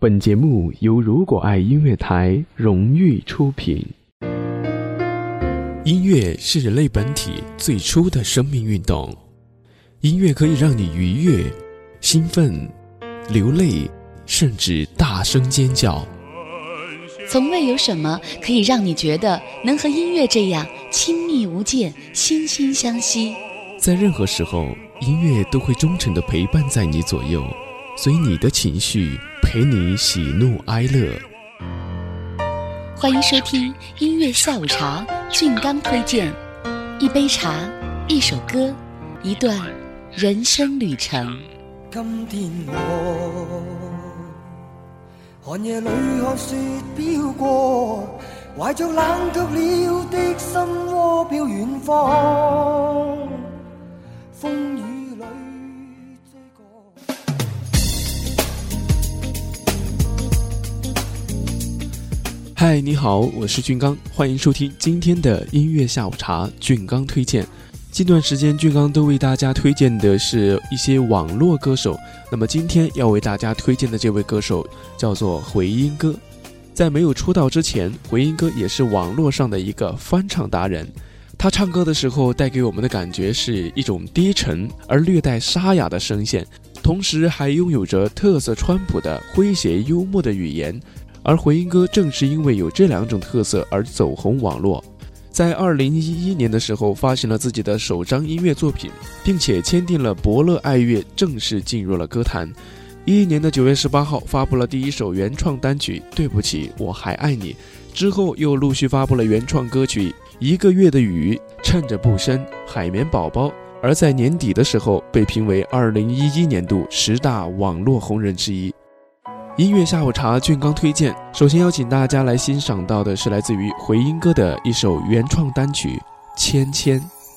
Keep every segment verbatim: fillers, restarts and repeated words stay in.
本节目由如果爱音乐台荣誉出品。音乐是人类本体最初的生命运动，音乐可以让你愉悦、兴奋、流泪，甚至大声尖叫。 从未有什么可以让你觉得能和音乐这样亲密无间、惺惺相惜。 在任何时候，音乐都会忠诚地陪伴在你左右，随你的情绪，陪你喜怒哀乐。 欢迎收听音乐下午茶，俊刚推荐，一杯茶，一首歌，一段人生旅程。 今天我寒夜里看雪飘過，懷着冷卻了的心窩飄遠方，風雨裏追過。 嗨，你好，我是俊刚，欢迎收听今天的音乐下午茶，俊刚推荐。近段时间俊刚都为大家推荐的是一些网络歌手，那么今天要为大家推荐的这位歌手叫做回音哥。在没有出道之前，回音哥也是网络上的一个翻唱达人。他唱歌的时候带给我们的感觉是一种低沉而略带沙哑的声线，同时还拥有着特色川普的诙谐幽默的语言，而回音哥正是因为有这两种特色而走红网络。在二零一一年的时候发行了自己的首张音乐作品，并且签订了伯乐爱乐，正式进入了歌坛。一一年的九月十八号发布了第一首原创单曲《对不起我还爱你》，之后又陆续发布了原创歌曲《一个月的雨》、趁着不深、海绵宝宝，而在年底的时候被评为二零一一年度十大网络红人之一。音乐下午茶俊刚推荐，首先邀请大家来欣赏到的是来自于回音哥的一首原创单曲《芊芊》。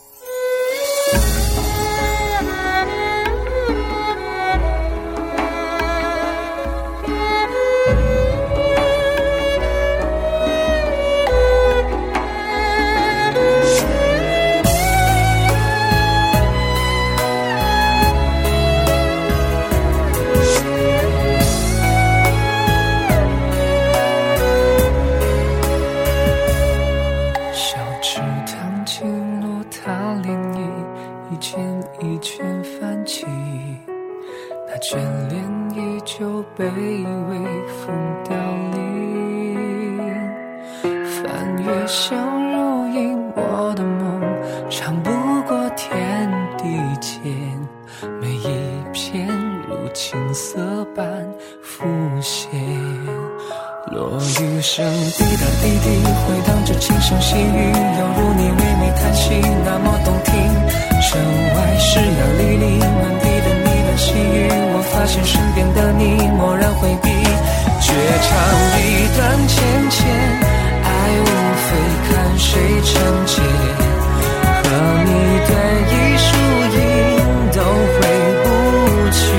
被微风凋零，翻越相如影，我的梦长不过天地间，每一片如青色般浮现。落雨声滴答滴滴，回荡着轻声细语，犹如你唯美叹息，那么动听。城外湿呀沥沥，满地的呢喃细语，我发现身边的你默然回避。绝唱一段芊芊，爱无非看谁成茧，和你对一输赢都回不去。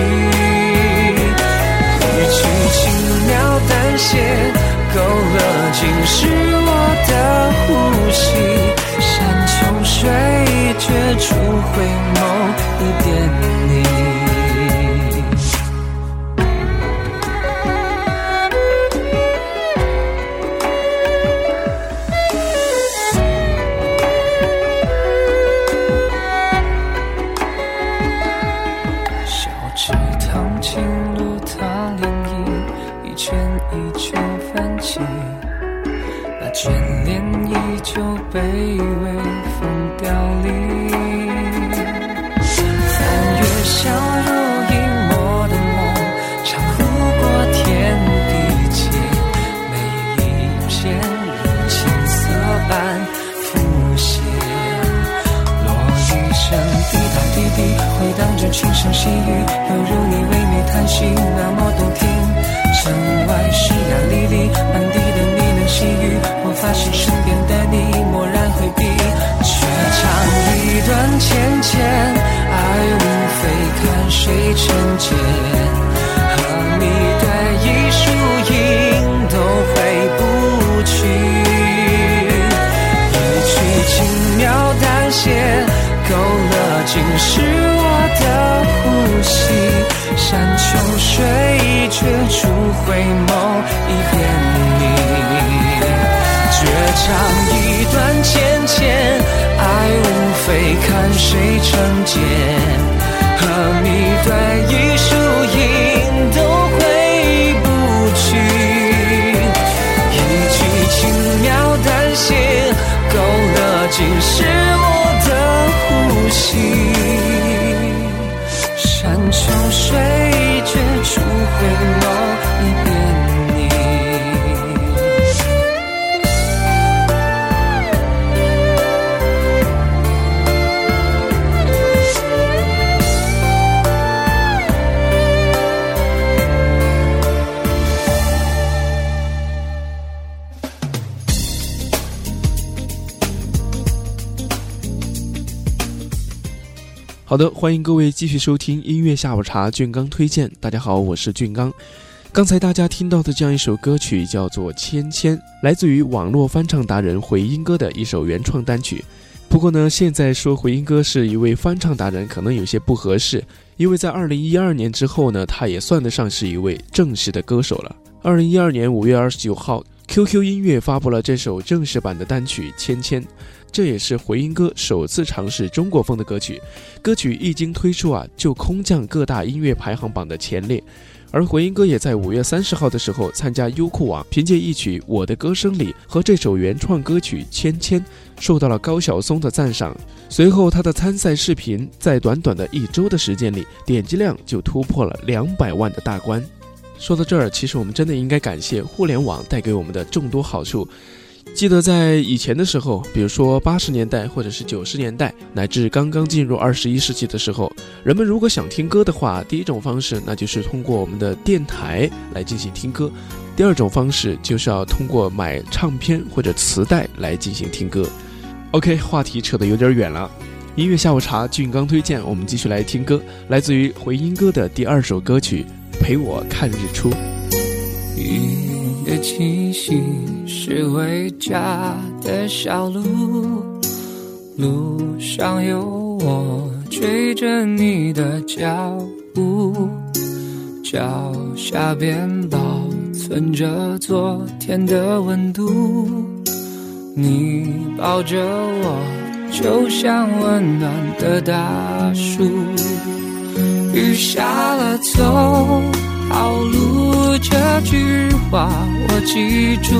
一曲轻描淡写，勾勒尽是我的呼吸。山穷水绝处回眸一点你。小池塘青露它涟漪，一圈一圈泛起，那眷恋依旧被微风凋零。翻越小如影，我的梦长路过天地间，每一片如青色般浮现。落雨声滴答滴滴，回荡着轻声细语，犹如你唯美叹息，那么动听。城外湿呀沥沥，满地的呢喃细语，我发现身边的你默然回避。却唱一段芊芊，爱无非看谁成茧，和你对一输赢都回不去。一曲轻描淡写，勾勒尽是我的呼吸。山穷水绝处回眸一遍你，绝唱一段浅浅，爱无非看谁成茧，和你对一输赢都回不去，一句轻描淡写勾勒尽是我的呼吸，山穷水绝处回眸一遍你。 好的，欢迎各位继续收听音乐下午茶俊刚推荐。大家好，我是俊刚。刚才大家听到的这样一首歌曲叫做《芊芊》，来自于网络翻唱达人回音哥的一首原创单曲。不过呢，现在说回音哥是一位翻唱达人可能有些不合适，因为在二零一二年之后呢，他也算得上是一位正式的歌手了。二零一二年五月二十九号 Q Q 音乐发布了这首正式版的单曲《芊芊》，这也是回音哥首次尝试中国风的歌曲。歌曲一经推出啊，就空降各大音乐排行榜的前列。而回音哥也在五月三十号的时候参加优酷网，凭借一曲《我的歌声里》和这首原创歌曲《芊芊》受到了高晓松的赞赏。随后他的参赛视频在短短的一周的时间里，点击量就突破了两百万的大关。说到这儿，其实我们真的应该感谢互联网带给我们的众多好处。记得在以前的时候，比如说八十年代或者是九十年代，乃至刚刚进入二十一世纪的时候，人们如果想听歌的话，第一种方式那就是通过我们的电台来进行听歌，第二种方式就是要通过买唱片或者磁带来进行听歌。 OK， 话题扯得有点远了，音乐下午茶俊刚推荐，我们继续来听歌，来自于回音哥的第二首歌曲《陪我看日出》。 一月七夕是回家的小路，路上有我追着你的脚步，脚下边保存着昨天的温度，你抱着我就像温暖的大树，雨下了走好路，这句话我记住，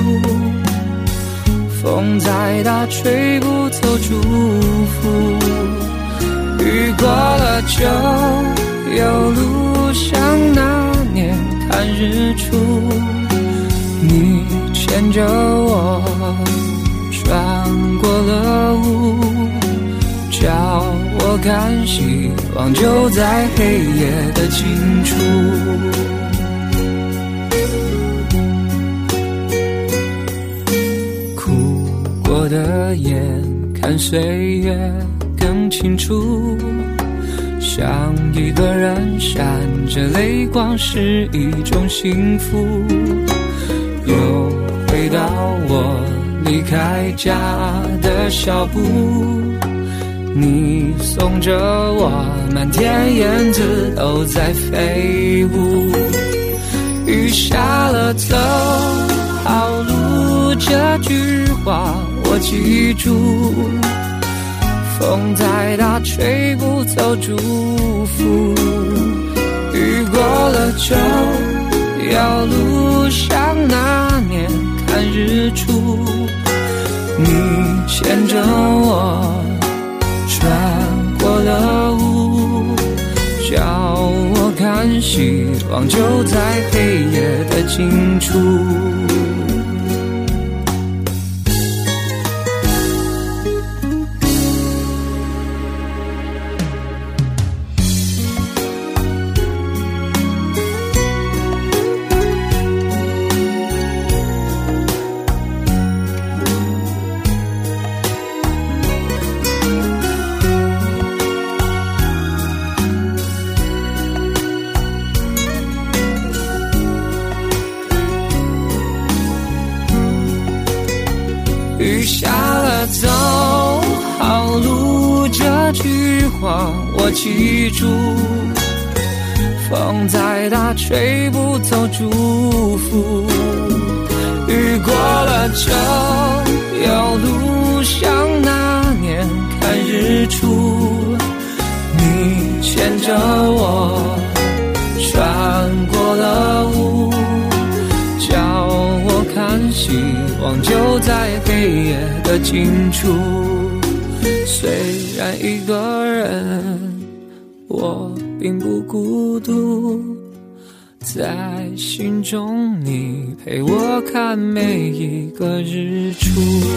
风再大吹不走祝福，雨过了就有路，像那年看日出，你牵着我穿过了雾，叫我看希望就在黑夜的尽处，我的眼看岁月更清楚，像一个人闪着泪光是一种幸福，又回到我离开家的小步，你送着我，满天燕子都在飞舞，雨下了走好路，这句话我记住，风再大吹不走祝福，雨过了就有路，像那年看日出，你牵着我穿过了雾，叫我看希望就在黑夜的尽处，雨下了走好路，这句话我记住， 风再大吹不走祝福。雨过了就有路，像那年看日出，你牵着我穿过了雾，叫我看希望就在黑夜的尽处。虽然一个人，我并不孤独，在心中你陪我看每一个日出。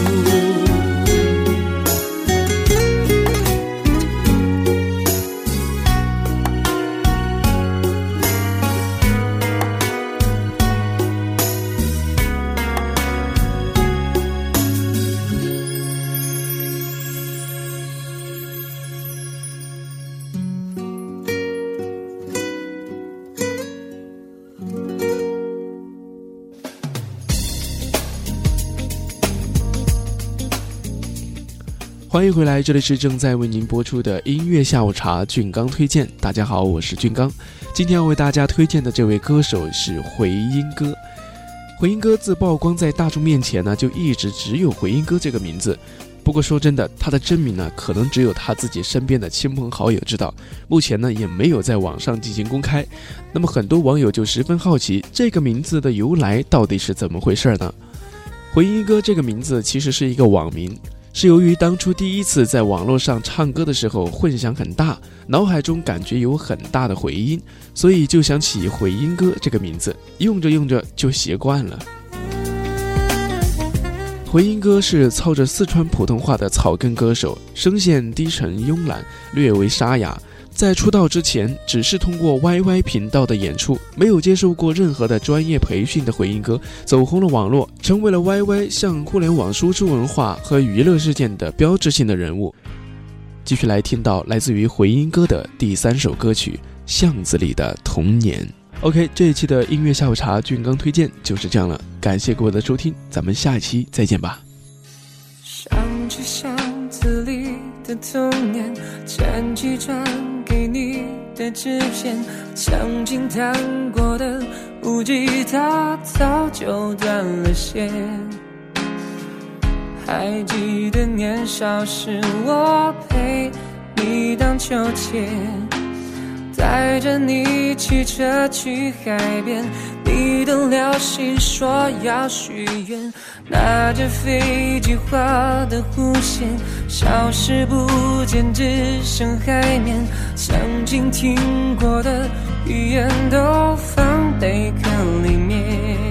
欢迎回来，这里是正在为您播出的音乐下午茶俊刚推荐。大家好，我是俊刚。今天要为大家推荐的这位歌手是回音哥。回音哥自曝光在大众面前呢，就一直只有回音哥这个名字。不过说真的，他的真名呢，可能只有他自己身边的亲朋好友知道，目前呢也没有在网上进行公开。那么很多网友就十分好奇，这个名字的由来到底是怎么回事呢？回音哥这个名字其实是一个网名，是由于当初第一次在网络上唱歌的时候混响很大，脑海中感觉有很大的回音，所以就想起回音哥这个名字，用着用着就习惯了。回音哥是操着四川普通话的草根歌手，声线低沉慵懒，略微沙哑。在出道之前，只是通过 Y Y 频道的演出，没有接受过任何的专业培训的回音哥，走红了网络，成为了 Y Y 向互联网输出文化和娱乐事件的标志性的人物。继续来听到来自于回音哥的第三首歌曲《巷子里的童年》。OK， 这一期的音乐下午茶俊刚推荐就是这样了，感谢各位的收听，咱们下一期再见吧。 想起巷子里的童年，捡起传给你的纸片，曾经弹过的木吉他早就断了线。还记得年少时我陪你荡秋千，带着你骑车去海边，你等了心说要许愿，拿着飞机画的弧线，消失不见只剩海面，曾经听过的语言都放贝壳里面，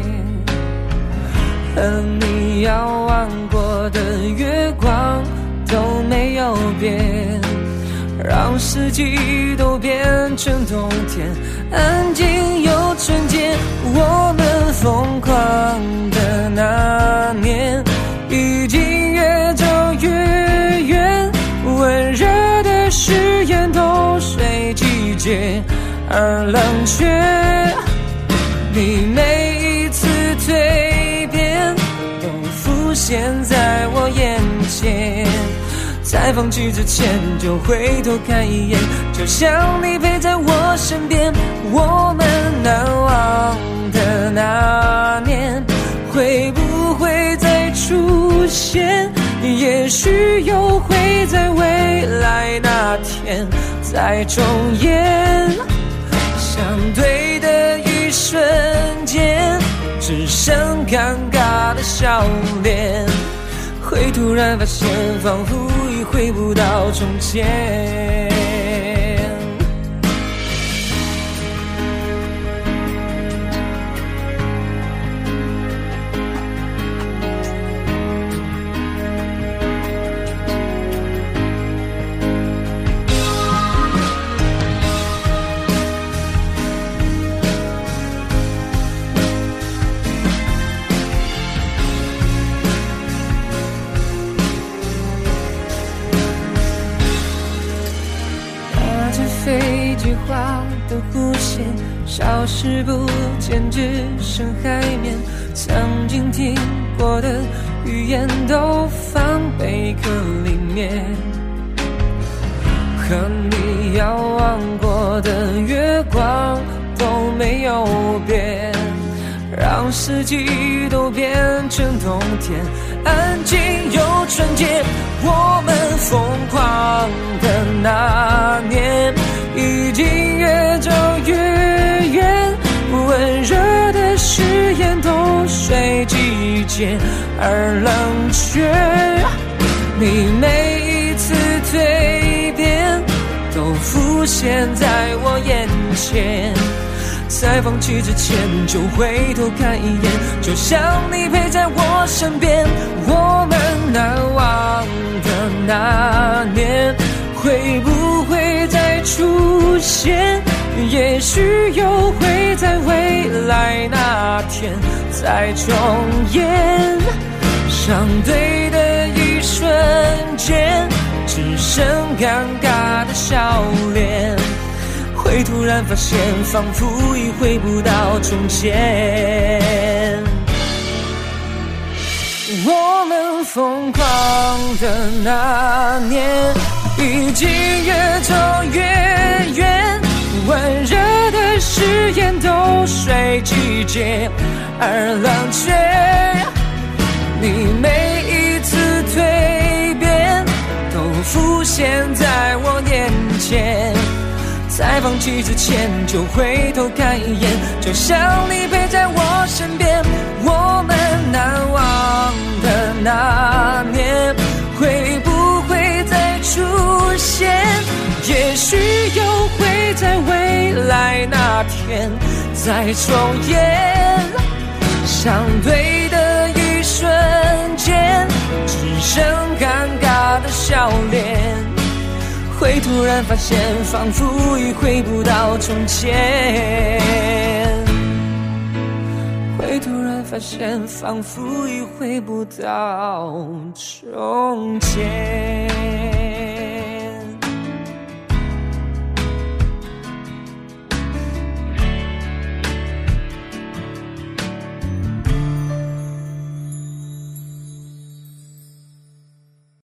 和你遥望过的月光都没有变，让四季都变成冬天，安静又纯洁。我们疯狂的那年，已经越走越远，温热的誓言都随季节而冷却。你每一次蜕变，都浮现在我眼前，在放弃之前就回头看一眼，就像你陪在我身边。我们难忘的那年，会不会再出现？也许又会在未来那天再重演。相对的一瞬间，只剩尴尬的笑脸，会突然发现仿佛已回不到从前。飞机画的弧线，消失不见只剩海面，曾经听过的语言都放贝壳里面，和你遥望过的月光没有变，让四季都变成冬天，安静又纯洁。我们疯狂的那年，已经越走越远，温热的誓言都随季节而冷却。你每一次蜕变都浮现在我眼前，在放弃之前就回头看一眼，就像你陪在我身边。我们难忘的那年，会不会再出现？也许又会在未来那天再重演。相对的一瞬间，只剩尴尬的笑脸，会突然发现仿佛已回不到从前。我们疯狂的那年，已经越走越远，温热的誓言都随季节而冷却。你每一次蜕变都浮现在我眼前，在放弃之前就回头看一眼，就像你陪在我身边。我们难忘的那年，会不会再出现？也许又会在未来那天再重演。相对的一瞬间，只剩尴尬的笑脸，会突然发现仿佛已回不到从前，会突然发现仿佛已回不到从前。